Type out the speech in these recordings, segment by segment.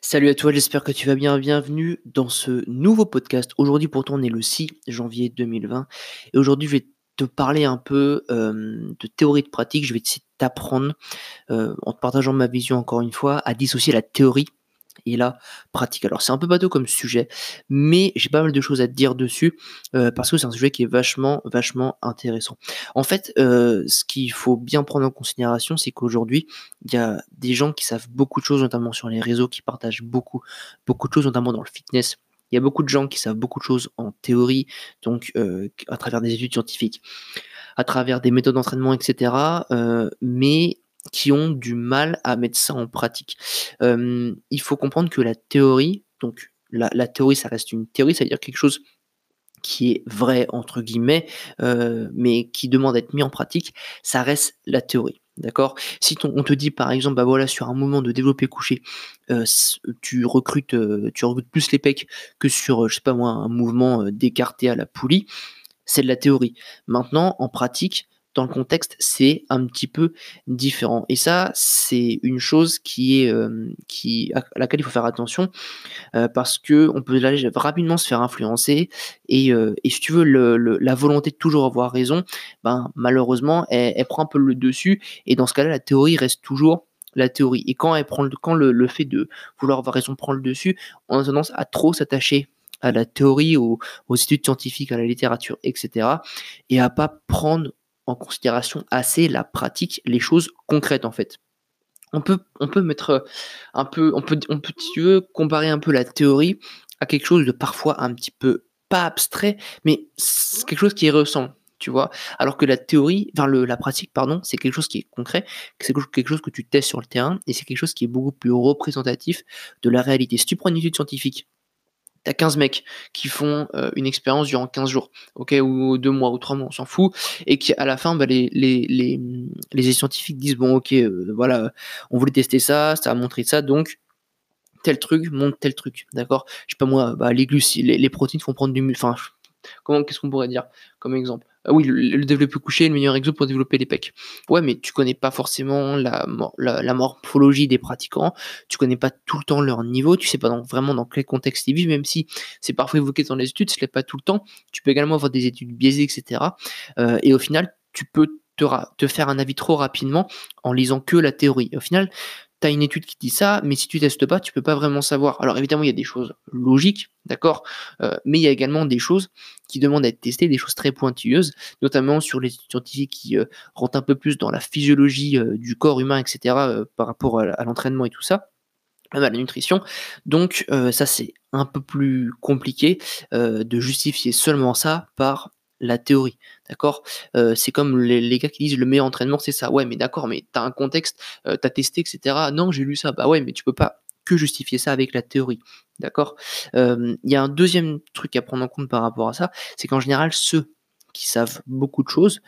Salut à toi, j'espère que tu vas bien. Bienvenue dans ce nouveau podcast. Aujourd'hui, pourtant, on est le 6 janvier 2020 et aujourd'hui, je vais te parler un peu de théorie de pratique. Je vais essayer de t'apprendre, en te partageant ma vision encore une fois, à dissocier la théorie et la pratique. Alors, c'est un peu bateau comme sujet, mais j'ai pas mal de choses à te dire dessus parce que c'est un sujet qui est vachement, vachement intéressant. En fait, ce qu'il faut bien prendre en considération, c'est qu'aujourd'hui, il y a des gens qui savent beaucoup de choses, notamment sur les réseaux, qui partagent beaucoup, beaucoup de choses, notamment dans le fitness. Il y a beaucoup de gens qui savent beaucoup de choses en théorie, donc à travers des études scientifiques, à travers des méthodes d'entraînement, etc. Mais qui ont du mal à mettre ça en pratique. Il faut comprendre que la théorie, donc la théorie, ça reste une théorie, c'est-à-dire quelque chose qui est vrai entre guillemets, mais qui demande à être mis en pratique, ça reste la théorie. D'accord? Si on te dit par exemple, bah voilà, sur un mouvement de développé couché, tu recrutes plus les pecs que sur, je sais pas moi, un mouvement d'écarté à la poulie, c'est de la théorie. Maintenant, en pratique, dans le contexte, c'est un petit peu différent. Et ça, c'est une chose qui est, à laquelle il faut faire attention, parce que on peut rapidement se faire influencer et si tu veux la volonté de toujours avoir raison, ben, malheureusement elle prend un peu le dessus et dans ce cas-là, la théorie reste toujours la théorie et quand le fait de vouloir avoir raison prend le dessus, on a tendance à trop s'attacher à la théorie, aux études scientifiques, à la littérature et cetera et à pas prendre en considération assez la pratique, les choses concrètes, en fait. On peut mettre, un peu on peut, si tu veux, comparer un peu la théorie à quelque chose de parfois un petit peu pas abstrait, mais c'est quelque chose qui ressemble, tu vois? Alors que la théorie, enfin la pratique pardon, c'est quelque chose qui est concret, c'est quelque chose que tu testes sur le terrain et c'est quelque chose qui est beaucoup plus représentatif de la réalité. Si tu prends une étude scientifique, tu as 15 mecs qui font, une expérience durant 15 jours, OK? Ou 2 mois ou 3 mois, on s'en fout et qui à la fin, bah, les scientifiques disent: «Bon OK, voilà, on voulait tester ça, ça a montré ça donc tel truc montre tel truc», d'accord? Je sais pas moi, bah, les protéines font prendre du enfin, qu'est-ce qu'on pourrait dire comme exemple? Ah oui, le développé couché est le meilleur exemple pour développer les pecs. Ouais, mais tu connais pas forcément la morphologie des pratiquants, tu connais pas tout le temps leur niveau, tu sais pas vraiment dans quel contexte ils vivent, même si c'est parfois évoqué dans les études, ce l'est pas tout le temps. Tu peux également avoir des études biaisées et cetera, et au final, tu peux te faire un avis trop rapidement en lisant que la théorie. Au final, tu as une étude qui dit ça, mais si tu testes pas, tu peux pas vraiment savoir. Alors évidemment, il y a des choses logiques, d'accord? Mais il y a également des choses qui demandent à être testées, des choses très pointilleuses, notamment sur les études scientifiques qui, rentrent un peu plus dans la physiologie, du corps humain et cetera, par rapport à l'entraînement et tout ça, même à la nutrition. Donc ça, c'est un peu plus compliqué, de justifier seulement ça par la théorie, d'accord? C'est comme les gars qui disent: «Le meilleur entraînement, c'est ça». Ouais, mais d'accord, mais tu as un contexte, tu as testé et cetera. «Non, j'ai lu ça». Bah ouais, mais tu peux pas que justifier ça avec la théorie, d'accord? Il y a un deuxième truc à prendre en compte par rapport à ça, c'est qu'en général, ceux qui savent beaucoup de choses,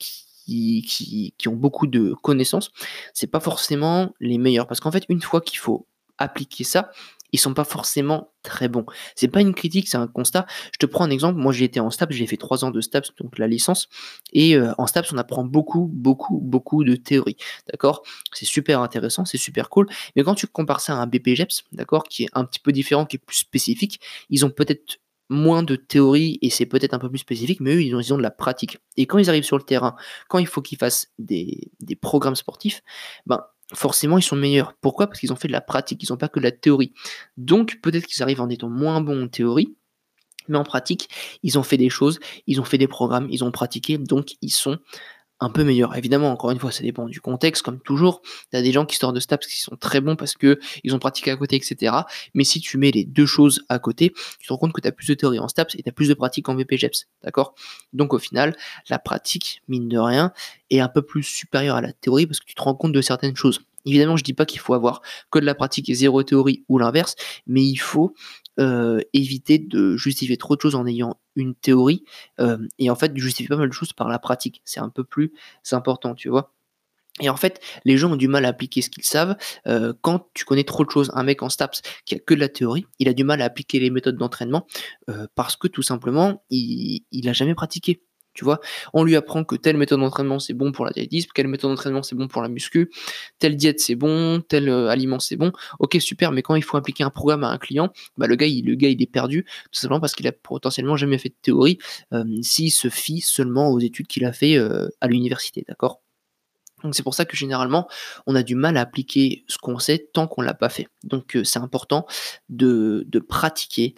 qui ont beaucoup de connaissances, c'est pas forcément les meilleurs. Parce qu'en fait, une fois qu'il faut appliquer ça, ils sont pas forcément très bons. C'est pas une critique, c'est un constat. Je te prends un exemple, moi j'ai été en STAPS, j'ai fait 3 ans de STAPS, donc la licence et en STAPS, on apprend beaucoup, beaucoup, beaucoup de théorie, d'accord? C'est super intéressant, c'est super cool, mais quand tu compares ça à un BPGEPS, d'accord, qui est un petit peu différent, qui est plus spécifique, ils ont peut-être moins de théorie et c'est peut-être un peu plus spécifique, mais eux, ils ont de la pratique et quand ils arrivent sur le terrain, quand il faut qu'ils fassent des programmes sportifs, ben, forcément, ils sont meilleurs. Pourquoi? Parce qu'ils ont fait de la pratique, ils ont pas que de la théorie. Donc peut-être qu'ils arrivent en étant moins bons en théorie, mais en pratique, ils ont fait des choses, ils ont fait des programmes, ils ont pratiqué, donc ils sont un peu meilleurs. Évidemment, encore une fois, ça dépend du contexte, comme toujours. Tu as des gens qui sortent de STAPS qui sont très bons parce que ils ont pratiqué à côté, et cetera. Mais si tu mets les 2 choses à côté, tu te rends compte que tu as plus de théorie en STAPS et tu as plus de pratique en BPGEPS, d'accord? Donc au final, la pratique, mine de rien, est un peu plus supérieure à la théorie parce que tu te rends compte de certaines choses. Évidemment, je dis pas qu'il faut avoir que de la pratique et zéro théorie ou l'inverse, mais il faut, éviter de justifier trop de choses en ayant une théorie, et en fait, justifier pas mal de choses par la pratique. C'est un peu plus important, tu vois? Et en fait, les gens ont du mal à appliquer ce qu'ils savent, quand tu connais trop de choses. Un mec en STAPS qui a que de la théorie, il a du mal à appliquer les méthodes d'entraînement, parce que tout simplement, il a jamais pratiqué. Tu vois? On lui apprend que telle méthode d'entraînement, c'est bon pour l'athlétisme, quelle méthode d'entraînement, c'est bon pour la muscu, telle diète, c'est bon, tel, aliment, c'est bon. OK, super, mais quand il faut appliquer un programme à un client, bah, le gars, il est perdu, tout simplement parce qu'il a potentiellement jamais fait de théorie, s'il se fie seulement aux études qu'il a fait, à l'université, d'accord? Donc c'est pour ça que généralement, on a du mal à appliquer ce qu'on sait tant qu'on l'a pas fait. Donc c'est important de pratiquer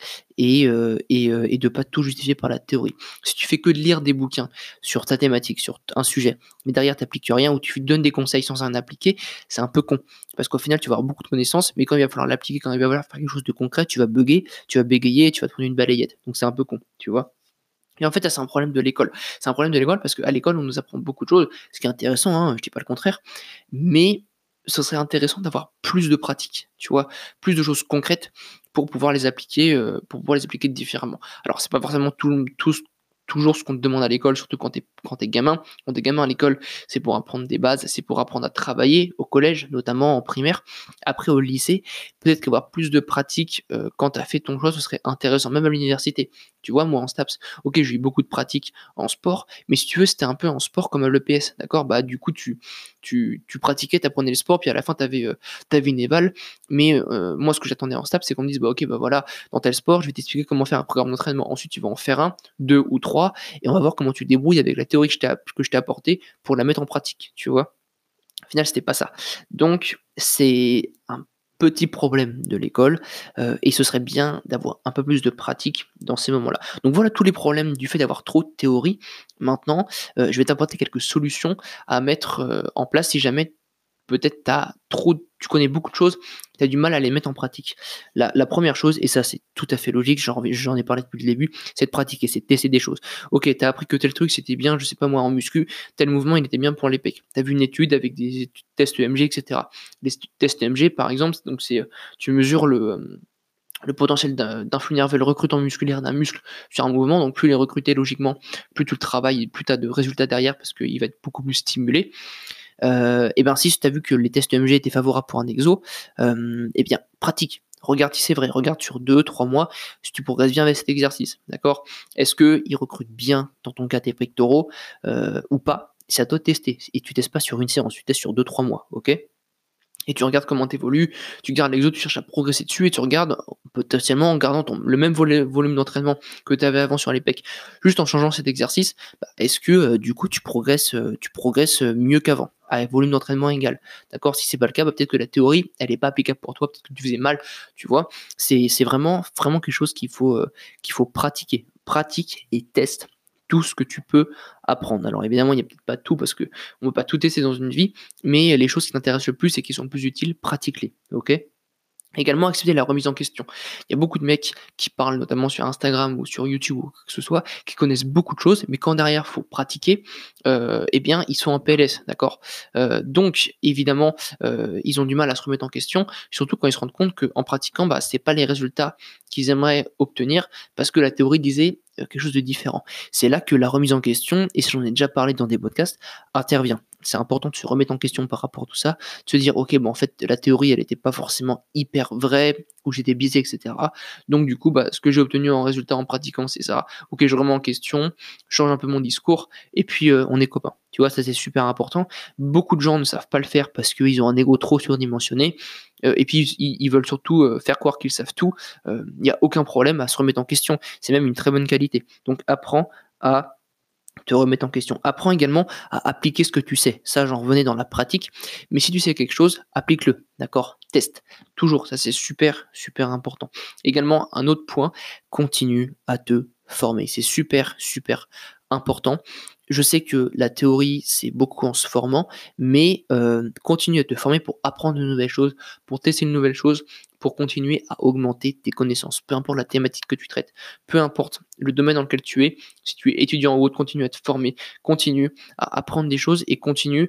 et de pas tout justifier par la théorie. Si tu fais que de lire des bouquins sur ta thématique, sur un sujet, mais derrière tu appliques rien ou tu donnes des conseils sans en appliquer, c'est un peu con. Parce qu'au final, tu vas avoir beaucoup de connaissances, mais quand il va falloir l'appliquer, quand il va falloir faire quelque chose de concret, tu vas bugger, tu vas bégayer, tu vas te prendre une balayette. Donc c'est un peu con, tu vois? Et en fait, ça, c'est un problème de l'école. C'est un problème de l'école parce qu'à l'école, on nous apprend beaucoup de choses, ce qui est intéressant, hein, je dis pas le contraire, mais ce serait intéressant d'avoir plus de pratiques, tu vois? Plus de choses concrètes pour pouvoir les appliquer différemment. Alors, c'est pas forcément toujours ce qu'on te demande à l'école, surtout quand tu es gamin. Quand tu es gamin à l'école, c'est pour apprendre des bases, c'est pour apprendre à travailler, au collège, notamment en primaire. Après, au lycée, peut-être qu'avoir plus de pratiques, quand tu as fait ton choix, ce serait intéressant, même à l'université. Tu vois, moi, en STAPS, OK, j'ai eu beaucoup de pratiques en sport, mais si tu veux, c'était un peu en sport comme à l'EPS, d'accord? Bah, du coup, tu pratiquais, tu apprenais le sport, puis à la fin, tu avais une éval, mais moi, ce que j'attendais en STAPS, c'est qu'on me dise: «Bah, OK, bah, voilà, dans tel sport, je vais t'expliquer comment faire un programme d'entraînement. Ensuite, tu vas en faire un, 2 ou 3, et on va voir comment tu te débrouilles avec la théorie que je t'ai apportée pour la mettre en pratique», tu vois? Au final, c'était pas ça. Donc c'est un petit problème de l'école, et ce serait bien d'avoir un peu plus de pratique dans ces moments-là. Donc voilà tous les problèmes du fait d'avoir trop de théorie. Maintenant, je vais t'apporter quelques solutions à mettre, en place si jamais peut-être tu connais beaucoup de choses, tu as du mal à les mettre en pratique. La 1re chose, et ça c'est tout à fait logique, j'en ai parlé depuis le début, c'est de pratiquer, c'est de tester des choses. OK, tu as appris que tel truc c'était bien, je sais pas moi en muscu, tel mouvement il était bien pour les pecs. Tu as vu une étude avec des tests EMG et cetera. Les tests EMG par exemple, donc tu mesures le potentiel d'un flux nerveux, le recrutement musculaire d'un muscle sur un mouvement, donc plus il est recruté logiquement, plus tu le travailles, plus tu as de résultats derrière parce qu'il va être beaucoup plus stimulé. Et ben si tu as vu que les tests EMG étaient favorables pour un exo, et bien pratique. Regarde si c'est vrai, regarde sur 2-3 mois si tu progresses bien avec cet exercice, d'accord? Est-ce qu'il recrute bien, dans ton cas, tes pectoraux, ou pas? C'est à toi de tester et tu testes pas sur une séance, tu testes sur 2-3 mois, OK? Et tu regardes comment tu évolues, tu gardes l'exo, tu cherches à progresser dessus et tu regardes potentiellement en gardant le même volume d'entraînement que tu avais avant sur les pecs, juste en changeant cet exercice, bah, est-ce que, du coup tu progresses mieux qu'avant, à volume d'entraînement égal? D'accord? Si c'est pas le cas, bah, peut-être que la théorie, elle est pas applicable pour toi, peut-être que tu faisais mal, tu vois? C'est vraiment quelque chose qu'il faut pratiquer. Pratique et teste tout ce que tu peux apprendre. Alors évidemment, il y a peut-être pas tout parce qu'on ne peut pas tout tester dans une vie, mais les choses qui t'intéressent le plus et qui sont le plus utiles, pratique-les, OK? Également, accepter la remise en question. Il y a beaucoup de mecs qui parlent, notamment sur Instagram ou sur YouTube ou quoi que ce soit, qui connaissent beaucoup de choses, mais quand derrière faut pratiquer, eh bien ils sont en PLS, d'accord? Donc évidemment, ils ont du mal à se remettre en question, surtout quand ils se rendent compte qu'en pratiquant, bah, c'est pas les résultats qu'ils aimeraient obtenir parce que la théorie disait, quelque chose de différent. C'est là que la remise en question, et ça j'en ai déjà parlé dans des podcasts, intervient. C'est important de se remettre en question par rapport à tout ça, de se dire: «OK, bon, en fait, la théorie, elle était pas forcément hyper vraie, ou j'étais biaisé et cetera. Donc du coup, bah, ce que j'ai obtenu en résultat en pratiquant, c'est ça. OK, je remets en question, je change un peu mon discours et puis, on est copains». Tu vois? Ça, c'est super important. Beaucoup de gens ne savent pas le faire parce qu'ils ont un ego trop surdimensionné, et puis ils veulent surtout, faire croire qu'ils savent tout. Il y a aucun problème à se remettre en question. C'est même une très bonne qualité. Donc apprends à te remettre en question. Apprends également à appliquer ce que tu sais. Ça, j'en revenais dans la pratique. Mais si tu sais quelque chose, applique-le. D'accord? Teste. Toujours. Ça, c'est super, super important. Également, un autre point, continue à te former. C'est super, super important. Je sais que la théorie, c'est beaucoup en se formant, mais continue à te former pour apprendre de nouvelles choses, pour tester de nouvelles choses, pour continuer à augmenter tes connaissances. Peu importe la thématique que tu traites, peu importe le domaine dans lequel tu es, si tu es étudiant ou autre, continue à te former, continue à apprendre des choses et continue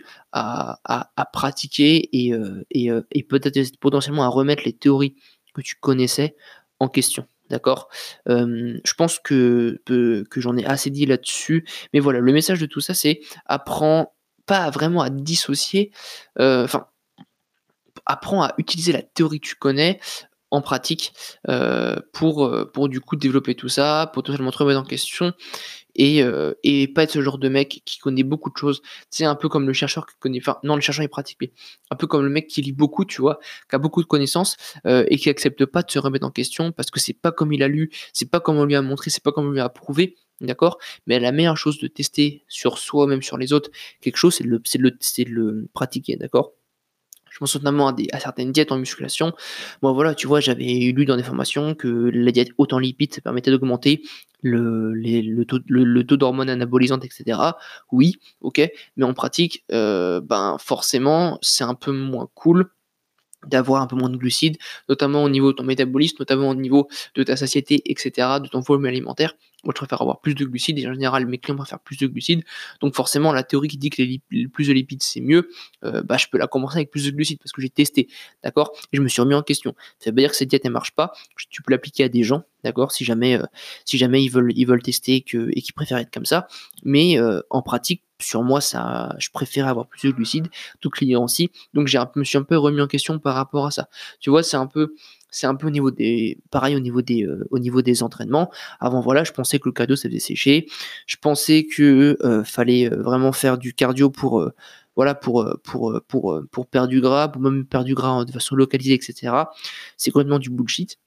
à pratiquer et peut-être potentiellement à remettre les théories que tu connaissais en question. D'accord? Je pense que j'en ai assez dit là-dessus, mais voilà, le message de tout ça, c'est apprends pas vraiment à dissocier, enfin, apprends à utiliser la théorie que tu connais en pratique, pour du coup développer tout ça, potentiellement te remettre en question et pas être ce genre de mec qui connaît beaucoup de choses. C'est un peu comme le chercheur qui connaît, enfin non, le chercheur est pratique, mais un peu comme le mec qui lit beaucoup, tu vois, qui a beaucoup de connaissances, et qui accepte pas de se remettre en question parce que c'est pas comme il a lu, c'est pas comme on lui a montré, c'est pas comme on lui a prouvé, d'accord? Mais la meilleure chose de tester sur soi, même sur les autres, quelque chose, c'est de le pratiquer, d'accord? Je pense notamment à certaines diètes en musculation. Moi, voilà, tu vois, j'avais lu dans des formations que la diète haute en lipides, ça permettait d'augmenter le taux d'hormones anabolisantes, et cetera. Oui, OK, mais en pratique, ben, forcément, c'est un peu moins cool d'avoir un peu moins de glucides, notamment au niveau de ton métabolisme, notamment au niveau de ta satiété, et cetera, de ton volume alimentaire. Moi, je préfère avoir plus de glucides et en général, mes clients préfèrent plus de glucides. Donc forcément, la théorie qui dit que plus de lipides, c'est mieux, bah, je peux la commencer avec plus de glucides parce que j'ai testé, d'accord? Et je me suis remis en question. Ça veut pas dire que cette diète, elle marche pas. Tu peux l'appliquer à des gens, d'accord? Si jamais ils veulent tester et qu'ils préfèrent être comme ça. Mais en pratique, sur moi, ça, je préfère avoir plus de glucides, tout client aussi. Donc me suis un peu remis en question par rapport à ça. Tu vois, c'est un peu au niveau des pareil au niveau des entraînements. Avant, voilà, je pensais que le cardio, ça faisait sécher. Je pensais que, fallait, vraiment faire du cardio pour, voilà, pour perdre du gras, pour même perdre du gras, de façon localisée, et cetera. C'est complètement du bullshit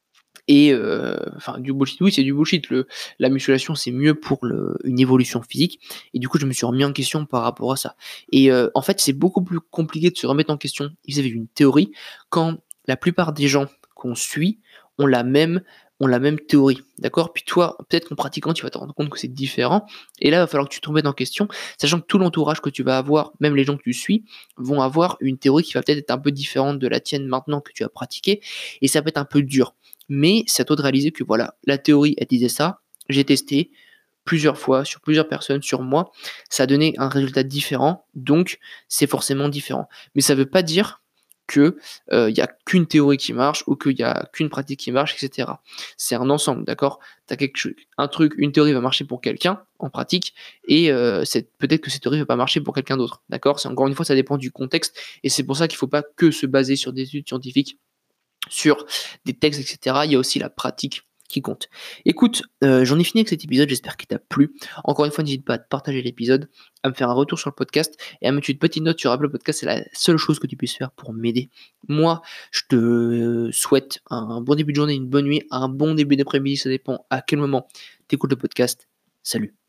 et enfin du bullshit, oui, c'est du bullshit. La musculation, c'est mieux pour une évolution physique et du coup, je me suis remis en question par rapport à ça et en fait, c'est beaucoup plus compliqué de se remettre en question vis-à-vis d'une théorie quand la plupart des gens qu'on suit ont la même théorie, d'accord? Puis toi, peut-être qu'en pratiquant, tu vas te rendre compte que c'est différent et là, il va falloir que tu te remettes en question, sachant que tout l'entourage que tu vas avoir, même les gens que tu suis, vont avoir une théorie qui va peut-être être un peu différente de la tienne maintenant que tu as pratiqué et ça peut être un peu dur. Mais c'est à toi de réaliser que voilà, la théorie, elle disait ça, j'ai testé plusieurs fois, sur plusieurs personnes, sur moi, ça a donné un résultat différent, donc c'est forcément différent. Mais ça veut pas dire que, il y a qu'une théorie qui marche ou qu'il y a qu'une pratique qui marche, et cetera. C'est un ensemble, d'accord? Tu as un truc, une théorie va marcher pour quelqu'un, en pratique, et peut-être que cette théorie va pas marcher pour quelqu'un d'autre, d'accord? C'est encore une fois, ça dépend du contexte, et c'est pour ça qu'il faut pas que se baser sur des études scientifiques, sur des textes, et cetera. Il y a aussi la pratique qui compte. Écoute, j'en ai fini avec cet épisode, j'espère qu'il t'a plu. Encore une fois, n'hésite pas à partager l'épisode, à me faire un retour sur le podcast et à mettre une petite note sur Apple Podcast, c'est la seule chose que tu puisses faire pour m'aider. Moi, je te souhaite un bon début de journée, une bonne nuit, un bon début d'après-midi, ça dépend à quel moment tu écoutes le podcast. Salut.